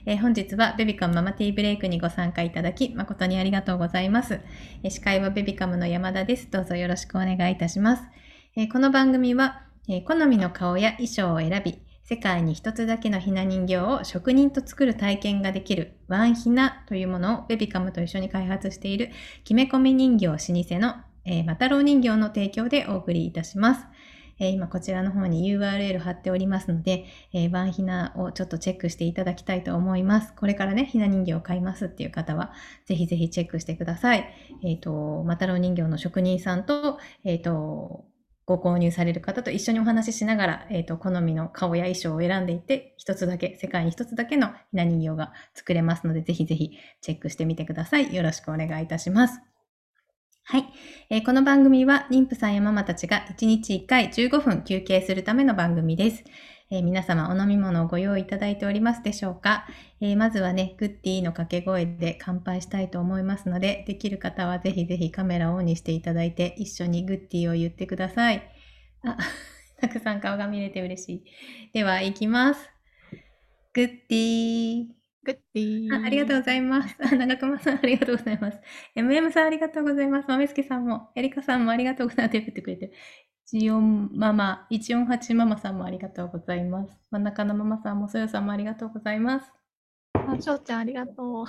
本日はベビカムママティーブレイクにご参加いただき誠にありがとうございます。司会はベビカムの山田です。どうぞよろしくお願いいたします。この番組は、好みの顔や衣装を選び、世界に一つだけのひな人形を職人と作る体験ができるワンひなというものをベビカムと一緒に開発しているきめ込み人形老舗のマタロウ人形の提供でお送りいたします。今こちらの方に URL 貼っておりますので、ワンひなをちょっとチェックしていただきたいと思います。これからね、ひな人形を買いますっていう方は、ぜひぜひチェックしてください。マタロウ人形の職人さんと、ご購入される方と一緒にお話ししながら、好みの顔や衣装を選んでいって、一つだけ、世界に一つだけのひな人形が作れますので、ぜひぜひチェックしてみてください。よろしくお願いいたします。はい、この番組は妊婦さんやママたちが1日1回15分休憩するための番組です。皆様お飲み物をご用意いただいておりますでしょうか。まずはね、グッディーの掛け声で乾杯したいと思いますので、できる方はぜひぜひカメラをオンにしていただいて、一緒にグッディーを言ってください。たくさん顔が見れて嬉しい。では、いきます。グッディー。 グッディー。 ありがとうございます。長熊さん、ありがとうございます。MM さん、ありがとうございます。豆助さんも、エリカさんもありがとうございます。手振ってくれて。14ママ、148ママさんもありがとうございます。真ん中のママさんも、そよさんもありがとうございます。 しょうちゃん、ありがとう。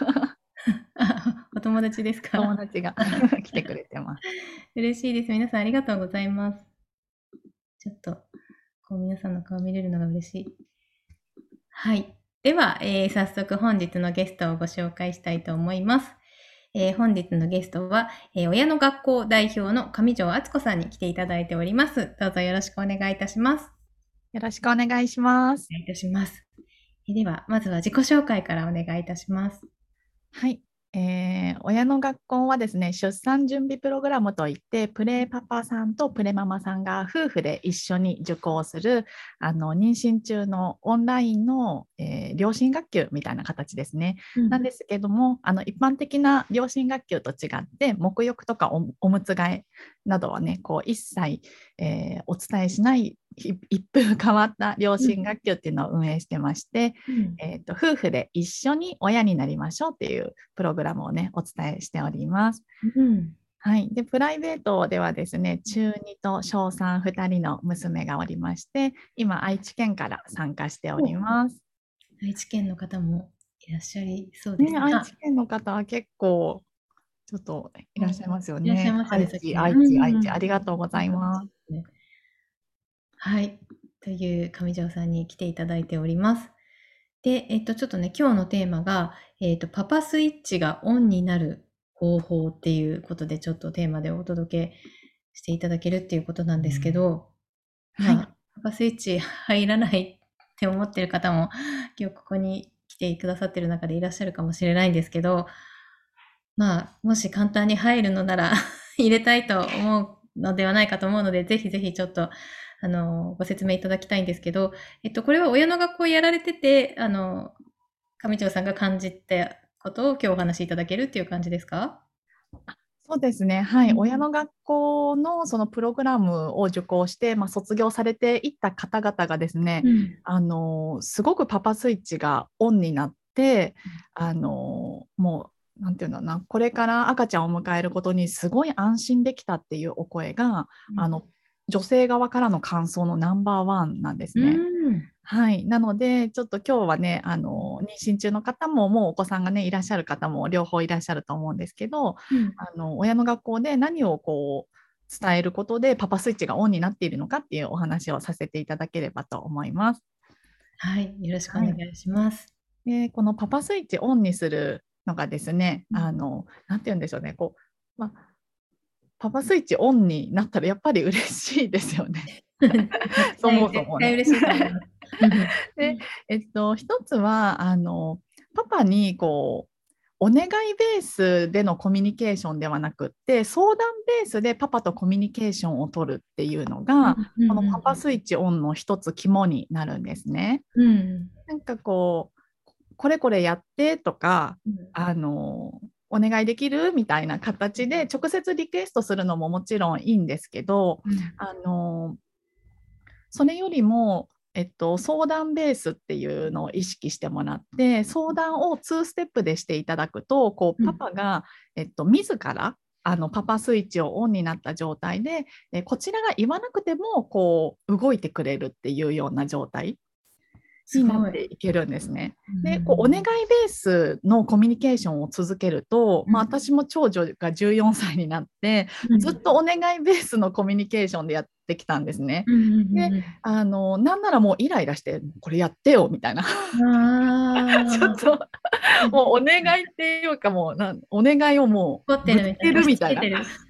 お友達ですか？ 友達が来てくれてます。 嬉しいです。皆さん、ありがとうございます。ちょっと、こう、皆さんの顔見れるのが嬉しい。はい。では、早速本日のゲストをご紹介したいと思います。本日のゲストは、親の学校代表の上条敦子さんに来ていただいております。どうぞよろしくお願いいたします。 よろしくお願いします。 お願いいたします。では、まずは自己紹介からお願いいたします。 はい。親の学校はですね、出産準備プログラムといって、プレパパさんとプレママさんが夫婦で一緒に受講する妊娠中のオンラインの、両親学級みたいな形ですね。なんですけども、一般的な両親学級と違って、沐浴とかおむつ替えなどはね、こう一切、お伝えしない一風変わった両親学級っていうのを運営してまして、夫婦で一緒に親になりましょうっていうプログラムをね、お伝えしております。はい、でプライベートではですね、中2と小3、2人の娘がおりまして、今、愛知県から参加しております。 愛知県の方もいらっしゃりそうですね。 愛知県の方は結構、ちょっといらっしゃいますよいらっしゃいね。 ましたね、 愛知、 さっきね。 愛知、愛知、ありがとうございます。 はい。という上条さんに来ていただいております。で、ちょっとね、今日のテーマが、パパスイッチがオンになる方法っていうことで、ちょっとテーマでお届けしていただけるっていうことなんですけど、 はい。 パパスイッチ入らないって思ってる方も、今日ここに来てくださってる中でいらっしゃるかもしれないんですけど、もし簡単に入るのなら入れたいと思うのではないかと思うので、ぜひぜひちょっと、ご説明いただきたいんですけど、これは親の学校やられてて、上条さんが感じたことを今日お話しいただけるっていう感じですか？ そうですね、はい、親の学校のそのプログラムを受講して、卒業されていった方々がですね、すごくパパスイッチがオンになって、もう、なんていうんだな、これから赤ちゃんを迎えることにすごい安心できたっていうお声が、女性側からの感想のナンバーワンなんですね。はい、なので、ちょっと今日はね、妊娠中の方も、もうお子さんがね、いらっしゃる方も両方いらっしゃると思うんですけど、親の学校で何をこう伝えることでパパスイッチがオンになっているのかっていうお話をさせていただければと思います。 はい、よろしくお願いします。 で、このパパスイッチオンにするのがですね、なんて言うんでしょうね、パパスイッチオンになったらやっぱり嬉しいですよね。そもそもね。 嬉しいと思います。 で、一つはパパにこうお願いベースでのコミュニケーションではなくって相談ベースでパパとコミュニケーションを取るっていうのが、このパパスイッチオンの一つ肝になるんですね。なんかこうこれこれやってとか、お願いできるみたいな形で直接リクエストするのももちろんいいんですけど、それよりも相談ベースっていうのを意識してもらって、相談を2ステップでしていただくと、こうパパが、自らパパスイッチをオンになった状態で、こちらが言わなくてもこう動いてくれるっていうような状態になっていけるんですね。で、こうお願いベースのコミュニケーションを続けると、私も長女が14歳になって、ずっとお願いベースのコミュニケーションでやってきたんですね。で、なんならもうイライラして、これやってよみたいな。ちょっともうお願いっていうか、もうお願いをもうぶつけるみたいな。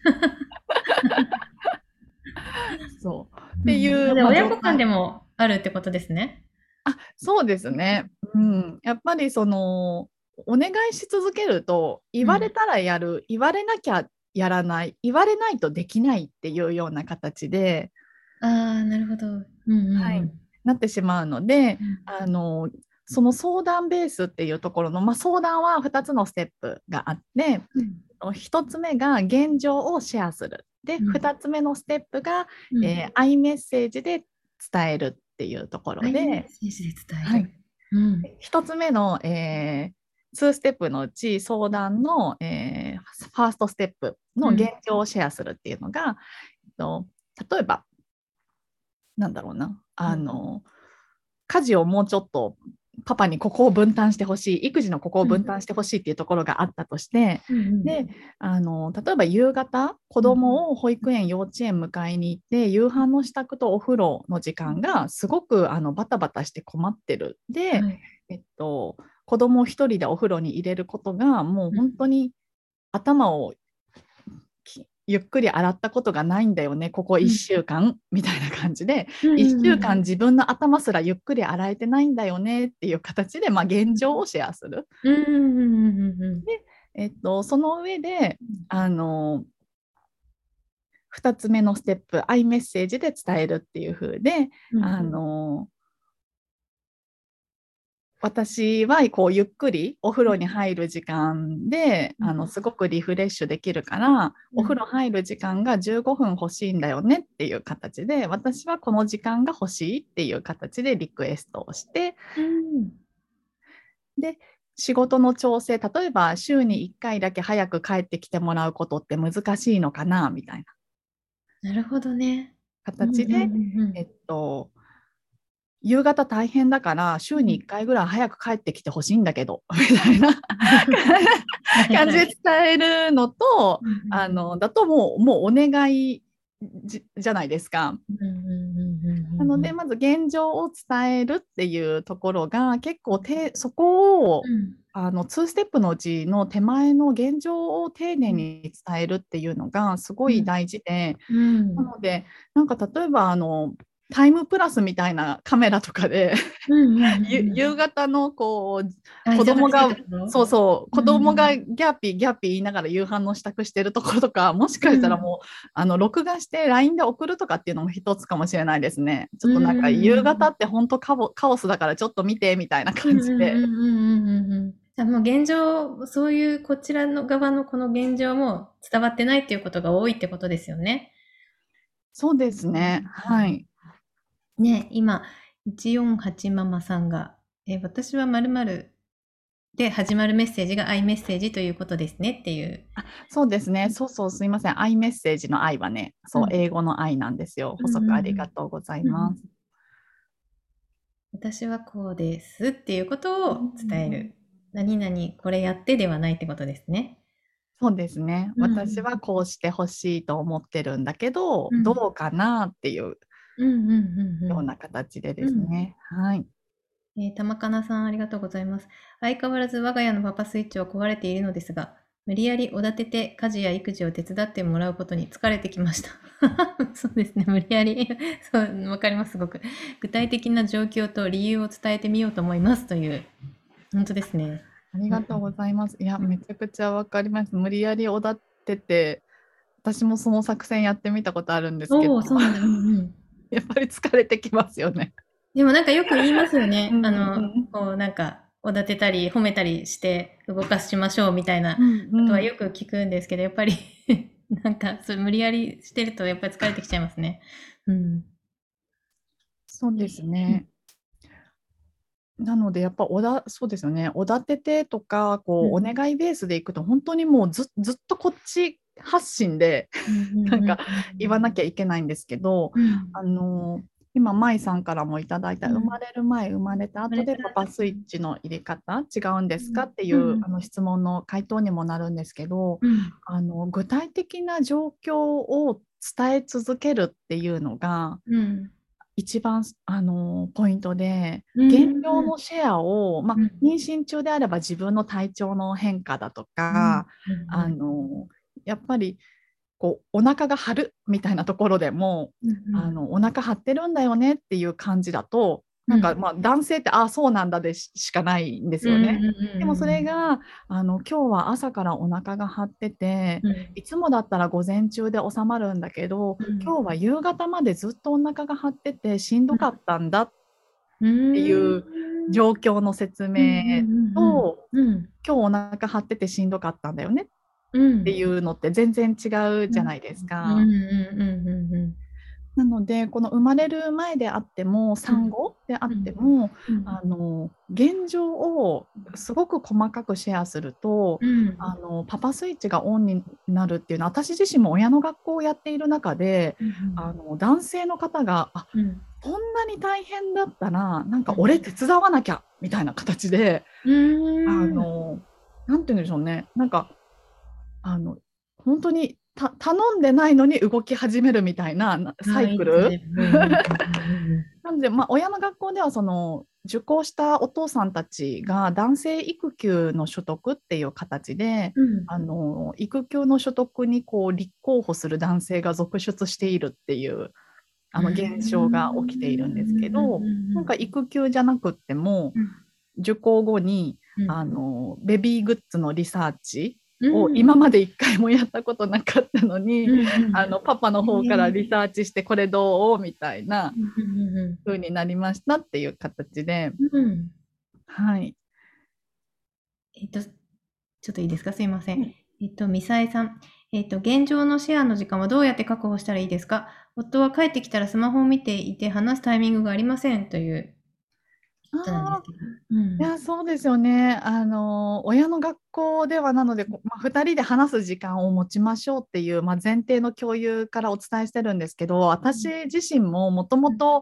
そうっていう。 親子間でもあるってことですね。 そうですね。やっぱりお願いし続けると、言われたらやる、言われなきゃやらない、言われないとできないっていうような形で、 なるほど。 なってしまうので、その相談ベースっていうところの、相談は2つのステップがあって、1つ目が現状をシェアする。で、2つ目のステップが、アイメッセージで伝えるっていうところで、1つ目の、2ステップのうち相談の、ファーストステップの現状をシェアするっていうのが、例えばなんだろうな、家事をもうちょっとパパにここを分担してほしい、育児のここを分担してほしいっていうところがあったとして、で、例えば夕方、子供を保育園、幼稚園迎えに行って、夕飯の支度とお風呂の時間がすごくバタバタして困ってる。で、子供を一人でお風呂に入れることがもう本当に頭をゆっくり洗ったことがないんだよね、ここ1週間、みたいな感じで、1週間自分の頭すらゆっくり洗えてないんだよねっていう形で、現状をシェアする。で、その上で、2つ目のステップ、アイメッセージで伝えるっていう風で、私はこうゆっくりお風呂に入る時間ですごくリフレッシュできるから、お風呂入る時間が15分欲しいんだよねっていう形で、私はこの時間が欲しいっていう形でリクエストをして、で仕事の調整、例えば週に1回だけ早く帰ってきてもらうことって難しいのかなみたいな。なるほどね。 形で、夕方大変だから週に1回ぐらい早く帰ってきてほしいんだけど、みたいな感じで伝えるのと、だともうお願いじゃないですか。なのでまず現状を伝えるっていうところが結構そこを、2ステップのうちの手前の現状を丁寧に伝えるっていうのがすごい大事で、なのでなんか例えばタイムプラスみたいなカメラとかで夕方のこう子供が子供がギャッピーギャッピー言いながら夕飯の支度してるところとか、もしかしたらもう録画して LINE で送るとかっていうのも一つかもしれないですね。ちょっとなんか夕方って本当カオスだからちょっと見てみたいな感じで。 もう現状、そういうこちらの側のこの現状も伝わってないっていうことが多いってことですよね。 そうですね。はい。 ね、今、148ママさんが、私は〇〇で始まるメッセージがアイメッセージということですねっていう。 そうですね。そうすいません。アイメッセージの愛はね、英語の愛なんですよ。補足ありがとうございます。 私はこうですっていうことを伝える。何々これやってではないってことですね。 そうですね。私はこうしてほしいと思ってるんだけど、どうかなっていうような形でですね。はい。 玉かなさんありがとうございます。相変わらず我が家のパパスイッチは壊れているのですが、無理やりおだてて家事や育児を手伝ってもらうことに疲れてきました。そうですね、無理やり。そう、わかります、すごく。具体的な状況と理由を伝えてみようと思いますという。本当ですね。 ありがとうございます。いや、めちゃくちゃわかります。無理やりおだてて、私もその作戦やってみたことあるんですけど、 そうなんだ。 やっぱり疲れてきますよね。 でもなんかよく言いますよね。こうなんか、おだてたり褒めたりして動かしましょうみたいなことはよく聞くんですけど、やっぱりなんかそれ無理やりしてるとやっぱり疲れてきちゃいますね。 そうですね。なのでやっぱそうですよね。おだててとかこうお願いベースでいくと本当にもうずっとこっち発信でなんか言わなきゃいけないんですけど、あの今舞さんからもいただいた生まれる前生まれた後でパパスイッチの入れ方違うんですかっていう質問の回答にもなるんですけど、具体的な状況を伝え続けるっていうのが一番ポイントで、現状のシェアを、妊娠中であれば自分の体調の変化だとか、やっぱりこうお腹が張るみたいなところでも、お腹張ってるんだよねっていう感じだと、なんか男性ってそうなんだでしかないんですよね。でもそれが今日は朝からお腹が張ってて、いつもだったら午前中で収まるんだけど、今日は夕方までずっとお腹が張っててしんどかったんだっていう状況の説明と、今日お腹張っててしんどかったんだよねっていうのって全然違うじゃないですか。なのでこの生まれる前であっても産後であっても、現状をすごく細かくシェアすると、パパスイッチがオンになるっていうのは、私自身も親の学校をやっている中で、男性の方がそんなに大変だったらなんか俺手伝わなきゃみたいな形で、なんて言うんでしょうね、なんか本当に頼んでないのに動き始めるみたいなサイクルなので、親の学校ではその受講したお父さんたちが男性育休の所得っていう形で、育休の所得にこう立候補する男性が続出しているっていう現象が起きているんですけど、なんか育休じゃなくっても、受講後にベビーグッズのリサーチを今まで一回もやったことなかったのに、パパの方からリサーチしてこれどうみたいな風になりましたっていう形で、はい。 ちょっといいですか、すいません。ミサエさん。現状のシェアの時間はどうやって確保したらいいですか？夫は帰ってきたらスマホを見ていて話すタイミングがありませんということなんですけど。 いや、そうですよね。親の学校ではなので、2人で話す時間を持ちましょうっていう、前提の共有からお伝えしてるんですけど、私自身ももともと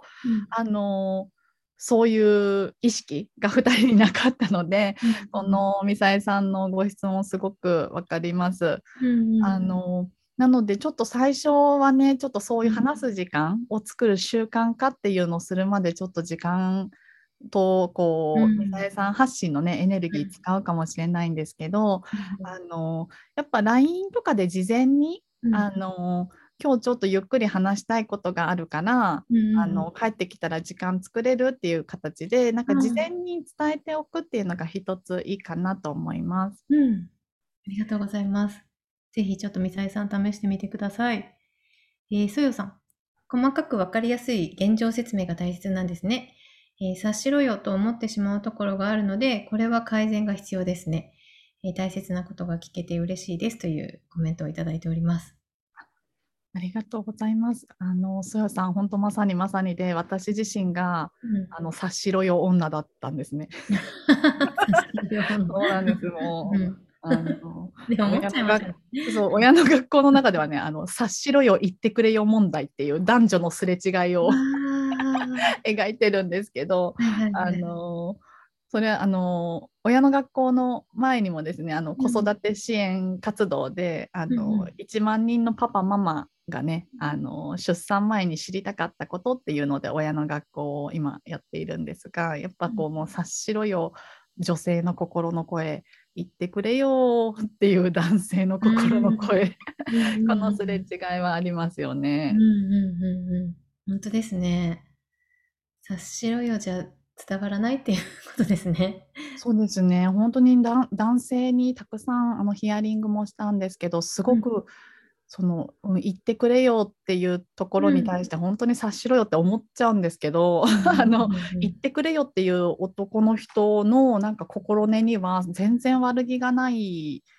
そういう意識が2人になかったので、このミサエさんのご質問すごく分かります。なのでちょっと最初はね、ちょっとそういう話す時間を作る習慣化っていうのをするまでちょっと時間とこうミサエさん発信のねエネルギー使うかもしれないんですけど、やっぱ LINE とかで事前に、今日ちょっとゆっくり話したいことがあるから、帰ってきたら時間作れるっていう形でなんか事前に伝えておくっていうのが一ついいかなと思います。 ありがとうございます。ぜひちょっとミサエさん試してみてください。ソヨさん。細かくわかりやすい現状説明が大切なんですね。察しろよと思ってしまうところがあるので、これは改善が必要ですね。大切なことが聞けて嬉しいですというコメントをいただいております。 ありがとうございます。ソヨさん、本当まさにまさにで、私自身が、察しろよ女だったんですね。そうなんです。もう、 でも思っちゃいますよね。 そう、親の学校の中ではね、察しろよ、言ってくれよ問題っていう男女のすれ違いを描いてるんですけど、それは親の学校の前にもですね、子育て支援活動で1万人のパパママがね、出産前に知りたかったことっていうので親の学校を今やっているんですが、やっぱこうもう察しろよ女性の心の声、言ってくれよっていう男性の心の声、このすれ違いはありますよね。 本当ですね。察しろよじゃ伝わらないっていうことですね。 そうですね。本当に男性にたくさんヒアリングもしたんですけど、すごく言ってくれよっていうところに対して本当に察しろよって思っちゃうんですけど、言ってくれよっていう男の人のなんか心根には全然悪気がない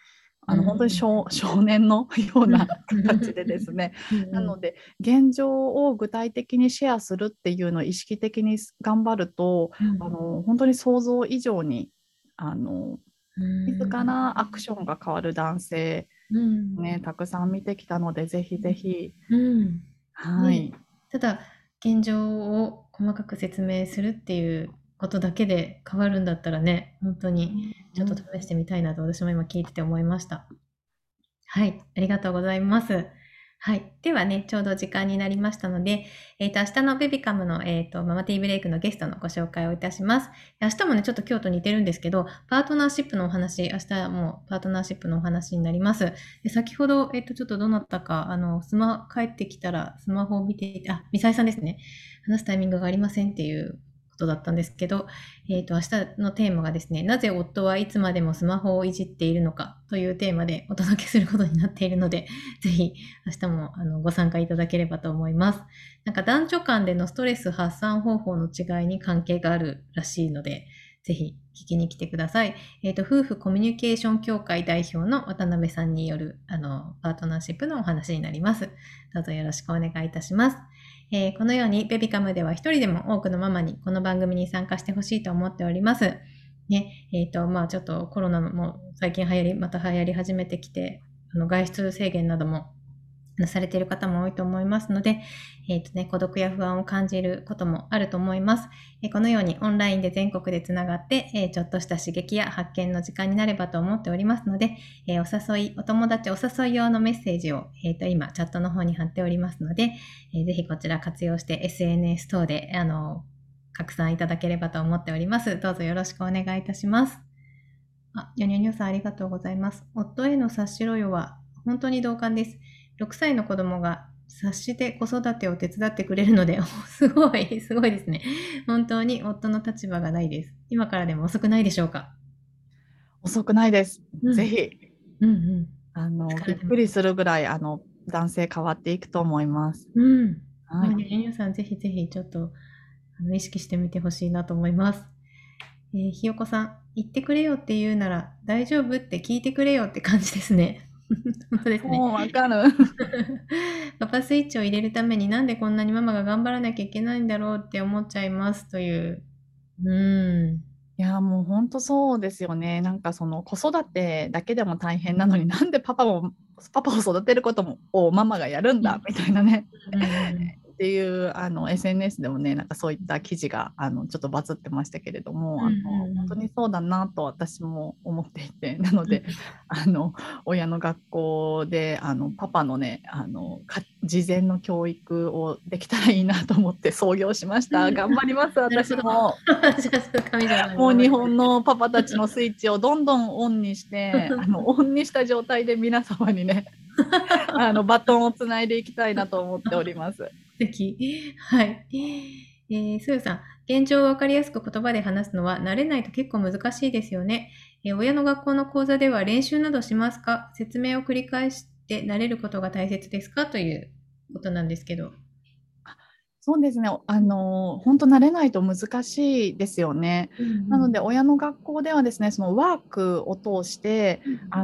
本当に少年のような形でですね。なので、現状を具体的にシェアするっていうのを意識的に頑張ると、本当に想像以上に、自らアクションが変わる男性、ね、たくさん見てきたので、ぜひぜひ。はい。 ただ、現状を細かく説明するっていうことだけで変わるんだったらね、本当にちょっと試してみたいなと私も今聞いてて思いました。はい、ありがとうございます。はい。ではね、ちょうど時間になりましたので、明日のベビカムの、ママティーブレイクのゲストのご紹介をいたします。明日もね、ちょっと今日と似てるんですけど、パートナーシップのお話、明日もパートナーシップのお話になります。で先ほど、ちょっとどうなったか、帰ってきたらスマホを見ていて、ミサイさんですね。話すタイミングがありませんっていうことだったんですけど、明日のテーマがですね、なぜ夫はいつまでもスマホをいじっているのかというテーマでお届けすることになっているので、ぜひ明日もご参加いただければと思います。なんか男女間でのストレス発散方法の違いに関係があるらしいので、ぜひ聞きに来てください。夫婦コミュニケーション協会代表の渡辺さんによるパートナーシップのお話になります。どうぞよろしくお願いいたします。このようにベビカムでは一人でも多くのママにこの番組に参加してほしいと思っております。ね、ちょっとコロナも最近また流行り始めてきて、外出制限などもされている方も多いと思いますので、孤独や不安を感じることもあると思います。このようにオンラインで全国でつながって、ちょっとした刺激や発見の時間になればと思っておりますので、お友達お誘い用のメッセージを、今チャットの方に貼っておりますので、ぜひこちら活用して SNS 等で拡散いただければと思っております。どうぞよろしくお願いいたします。にょにょにょさんありがとうございます。夫への察しろよは本当に同感です。6歳の子供が察して子育てを手伝ってくれるので、すごいですね。本当に夫の立場がないです。今からでも遅くないでしょうか。 遅くないです。ぜひ。びっくりするぐらい、男性変わっていくと思います。 はい。皆さんぜひぜひちょっと意識してみてほしいなと思います。ひよこさん、言ってくれよって言うなら大丈夫って聞いてくれよって感じですね。本当ですね。 もうわかる。 パパスイッチを入れるためになんでこんなにママが頑張らなきゃいけないんだろうって思っちゃいますという。 いや、もう本当そうですよね。なんかその子育てだけでも大変なのになんでパパを育てることをママがやるんだみたいなね。っていうSNS でもね、なんかそういった記事がちょっとバズってましたけれども、本当にそうだなと私も思っていて、なので親の学校でパパのね事前の教育をできたらいいなと思って創業しました。頑張ります私も。もう日本のパパたちのスイッチをどんどんオンにしてオンにした状態で皆様にねバトンをつないでいきたいなと思っております。 素敵。はい。すーさん、現状を分かりやすく言葉で話すのは慣れないと結構難しいですよね。親の学校の講座では練習などしますか？説明を繰り返して慣れることが大切ですか？ということなんですけど。 そうですね。本当慣れないと難しいですよね。なので親の学校ではですね、そのワークを通して、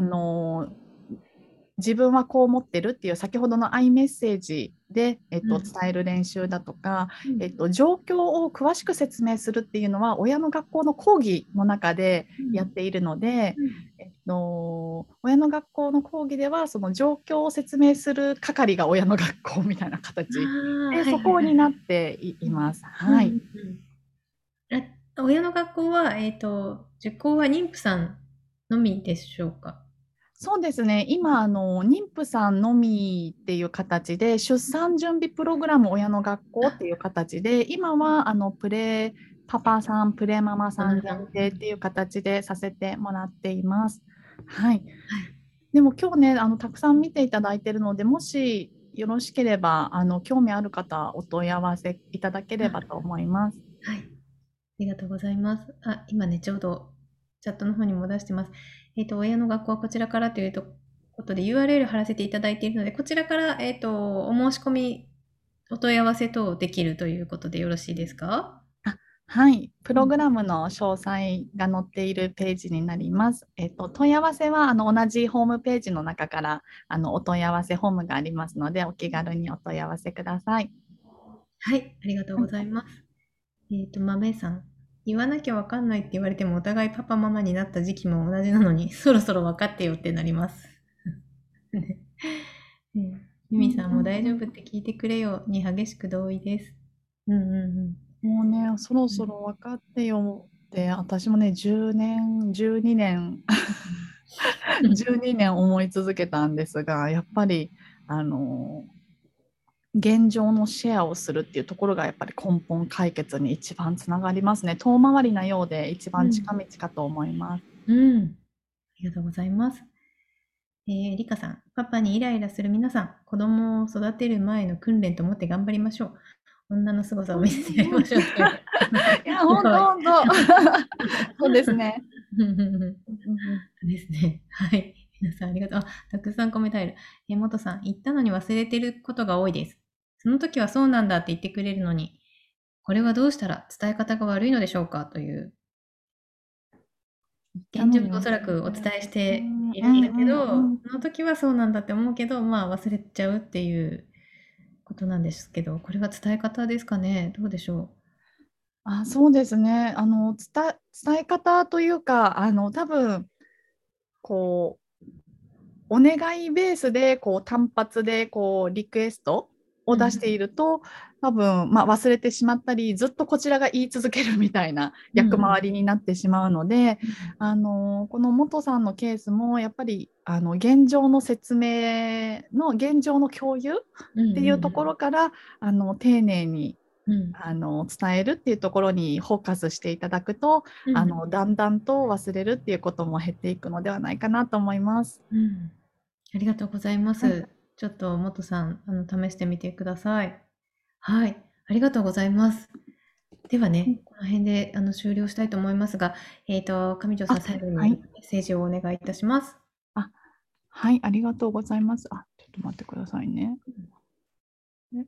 自分はこう思ってるっていう先ほどの i メッセージで、伝える練習だとか、状況を詳しく説明するっていうのは親の学校の講義の中でやっているので、親の学校の講義ではその状況を説明する係が親の学校みたいな形でそこになっています。はい。 親の学校は、受講は妊婦さんのみでしょうか？ そうですね。今、妊婦さんのみっていう形で、出産準備プログラム親の学校っていう形で、今は、プレパパさん、プレママさん限定っていう形でさせてもらっています。はい。でも今日ね、たくさん見ていただいているので、もしよろしければ、興味ある方、お問い合わせいただければと思います。 はい。ありがとうございます。今ね、ちょうどチャットの方にも出してます。親の学校はこちらからということで URL 貼らせていただいているので、こちらから、お申し込み、お問い合わせ等できるということでよろしいですか？ はい、プうん。 ログラムの詳細が載っているページになります。問い合わせは同じホームページの中からお問い合わせフォームがありますので、お気軽にお問い合わせください。 はい、ありがとうはい、 ございます。豆さん。言わなきゃわかんないって言われてもお互いパパママになった時期も同じなのに、そろそろ分かってよってなります。ね。ミうんミさんも大うんうん、 丈夫って聞いてくれよに激しく同意です。うんうんうん。 もうね、そろうん。 そろ分かってよって、私もね、10年、12年、12年思い続けたんですが、やっぱり、あの、現状のシェアをするっていうところがやっぱり根本解決に一番つながりますね。遠回りなようで一番近うん。 道かと思います。 うん。ありがとうございます。リカさん、パパにイライラする皆さん、子供を育てる前の訓練と思って頑張りましょう。女の凄さを見せてやりましょうっていう。 いや、本当、 かわいい。 本当。そうですね。 うんうんうん。 うんうんうん、 ですね。はい。皆さんありがとう。あ、たくさんコメントある。元さん、言ったのに忘れてることが多いです。その時はそうなんだって言ってくれるのに、これはどうしたら伝え方が悪いのでしょうかという、 なのに忘現状をおそらくお伝れてる。 えしてうんういるんだけんうんど、 うん。 その時はそうなんだって思うけど、まあ忘れちゃうっていうことなんですけど、これは伝え方ですかね。どうでしょあ、そうですね。伝え方というか、多分、こう、お願いベースで単発でリクエストう。うん。 を出していると、多分、まあ、忘れてしまったりずっとこちらが言い続けるみたいなうんうん。 役回りになってしまうので、 うん。 この元さんのケースもやっぱり現状の説明の現状の共有っうんていうところから丁寧にうん。 伝えるっていうところにフォーカスしていただくとうん。うん。 だんだんと忘れるっていうことも減っていくのではないかなと思います。 うん。ありがとうございまはい、 す。ちょっと元さん、試してみてください。はい、ありがとうございます。ではね、この辺で終了したいと思いますが、上条さん、最後にはい。 メッセージをお願いいたします。 あ、はい、ありがとうございます。あ、ちょっと待ってくださいね。ね、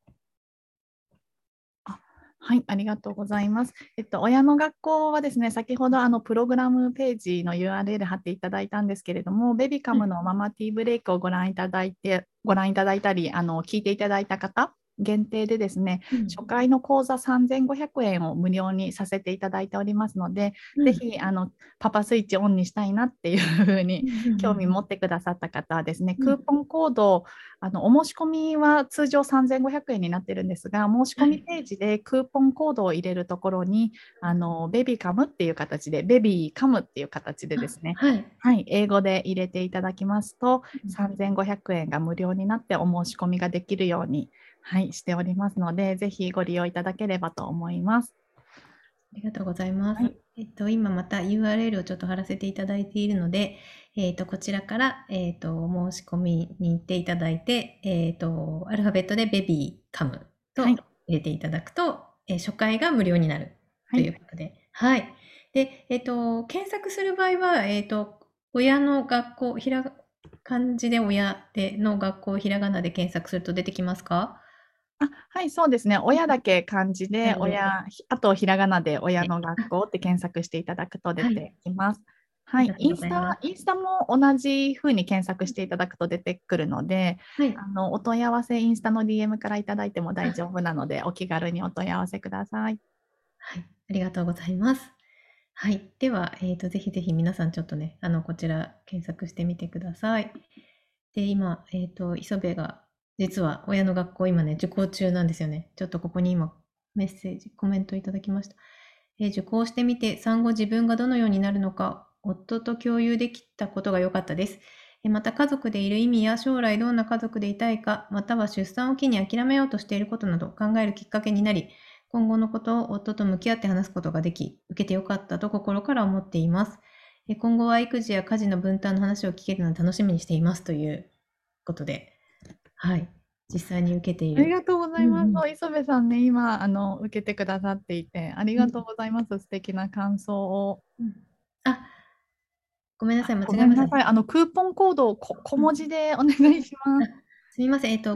あ、はい、ありがとうございます。親の学校はですね、先ほどプログラムページの URL 貼っていただいたんですけれども、ベビカはい。 ムのママティーブレイクをご覧いただいたり、聞いていただいた方、限定でですね、 うん。 初回の講座3500円を無料にさせていただいておりますので、 うん。 ぜひパパスイッチオンにしたいなっていうふうにうんうんうん興味持ってくださった方はですね、 うん。うん。 クーポンコード、お申し込みは通常3500円になってるんですが、申し込みはい。 ページでクーポンコードを入れるところに、ベビーカムっていう形で、ベビーカムっていう形でですね、 はい。 はい、英語で入れていただきますと、 うん。 3500円が無料になってお申し込みができるように、はい、しておりますので、ぜひご利用いただければと思います。 ありがとうございます。 はい、 今また URL をちょっと貼らせていただいているので、こちらから、お申し込みに行っていただいて、アルファベットでベビーカムとはい、 入れていただくと、初回が無料になるといはい、 うことで、はい。で、検索する場合は、親の学校、漢字で親での学校、ひらがなで検索すると出てきますか？ あ、はい、そうですね。親だけ漢字で、 なるほど。 あとひらがなで親の学あ、 校って検索していただくと出はい。 てきます。はい、 ありがとうございます。 インスタも同じふうに検索していただくと出てくるので、 はい。 お問い合わせ、インスタの DM からいただいても大丈あ、 夫なので、お気軽にお問い合わせください。 はい、ありがとうございます。はい。では、ぜひぜひ皆さんちょっとね、こちら検索してみてください。で、今、磯部が、実は親の学校今ね、受講中なんですよね。ちょっとここに今、メッセージ、コメントいただきました。受講してみて、産後自分がどのようになるのか、夫と共有できたことが良かったです。また家族でいる意味や将来どんな家族でいたいか、または出産を機に諦めようとしていることなど考えるきっかけになり、今後のことを夫と向き合って話すことができ、受けてよかったと心から思っています。今後は育児や家事の分担の話を聞けるのを楽しみにしていますということで、はい、実際に受けている。 ありがとうございます。 うんうん。 磯部さんね、今、受けてくださっていて、ありうんがとうございます。素敵な感想を。 うん。あ、ごめんなさい、間違ごえました。 めんなさい。クーポンコードを小うん。 文字でお願いしあ、 ます。 すみません。 はい。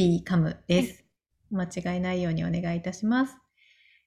小文字でベビーカムはい。 です。間違いないようにお願いいたします。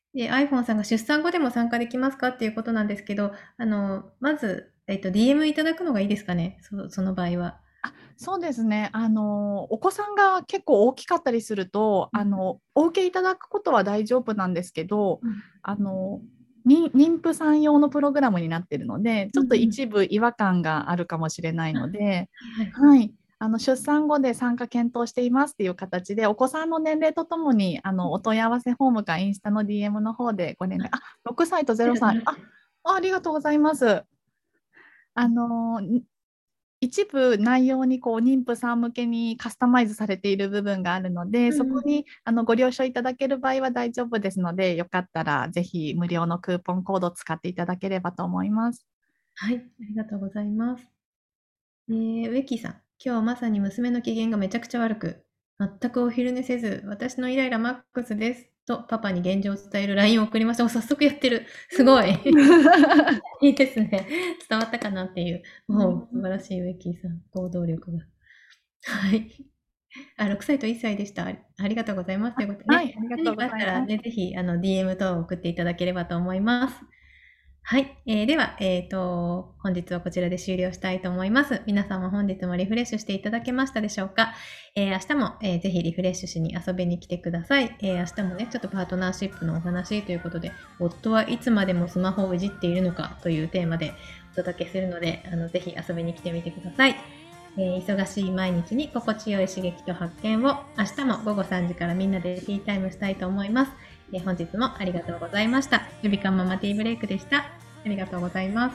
で、iPhone さんが出産後でも参加できますかっていうことなんですけど、まず、DM いただくのがいいですかね、その場合は。 そうですね。お子さんが結構大きかったりすると、お受けいただくことは大丈夫なんですけど、 うん。 妊婦さん用のプログラムになっているので、ちょっとうんうん。 一部違和感があるかもしれないあ、 ので、 はいはい。 はい。出産後で参加検討していますっていう形で、お子さんの年齢とともに、お問い合わせフォームかインスタの DM の方でご連絡、6歳と0歳、ありがとうございます。あの、一部内容にこう妊婦さん向けにカスタマイズされている部分があるので、 うんうん。 そこにご了承いただける場合は大丈夫ですので、よかったらぜひ無料のクーポンコードを使っていただければと思います。 はい、ありがとうございます。ウェッキーさん、今日まさに娘の機嫌がめちゃくちゃ悪く、全くお昼寝せず、私のイライラマックスです。と、パパに現状を伝える LINE を送りました。早速やってる。すごい。いいですね。伝わったかなっていう。もう素晴らしいウェッキーさん。行動力が。はい。6歳と1歳でした。ありがとうございます。ということではい、 ね、 ありがとう何かあっございます。 たらね、ぜひ、DM 等を送っていただければと思います。はい。では、本日はこちらで終了したいと思います。皆様本日もリフレッシュしていただけましたでしょうか。明日も、ぜひリフレッシュしに遊びに来てください。明日もね、ちょっとパートナーシップのお話ということで、夫はいつまでもスマホをいじっているのかというテーマでお届けするので、ぜひ遊びに来てみてください。忙しい毎日に心地よい刺激と発見を明日も午後3時からみんなでティータイムしたいと思います。本日もありがとうございました。ベビカムママティーブレイクでした。ありがとうございます。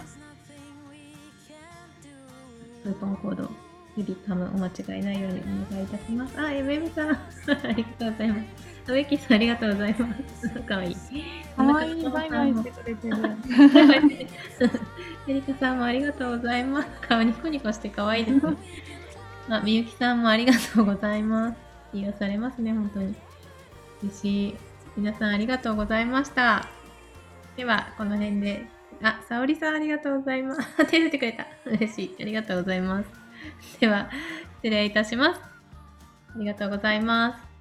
クーポンコード、ベビカムお間違いないようにお願いいたします。エメミさん、ありがとうございます。ウェッキーさん、ありがとうございます。かわいい。 かわいい、バイバイしてくれてる。 エリカさんもありがとうございます。顔ニコニコしてかわいいですね。みゆきさんもありがとうございます。癒されますね、本当に。嬉しい。皆さんありがとうございました。では、この辺で。沙織さんありがとうございます。手振ってくれた。嬉しい。ありがとうございます。では、失礼いたします。ありがとうございます。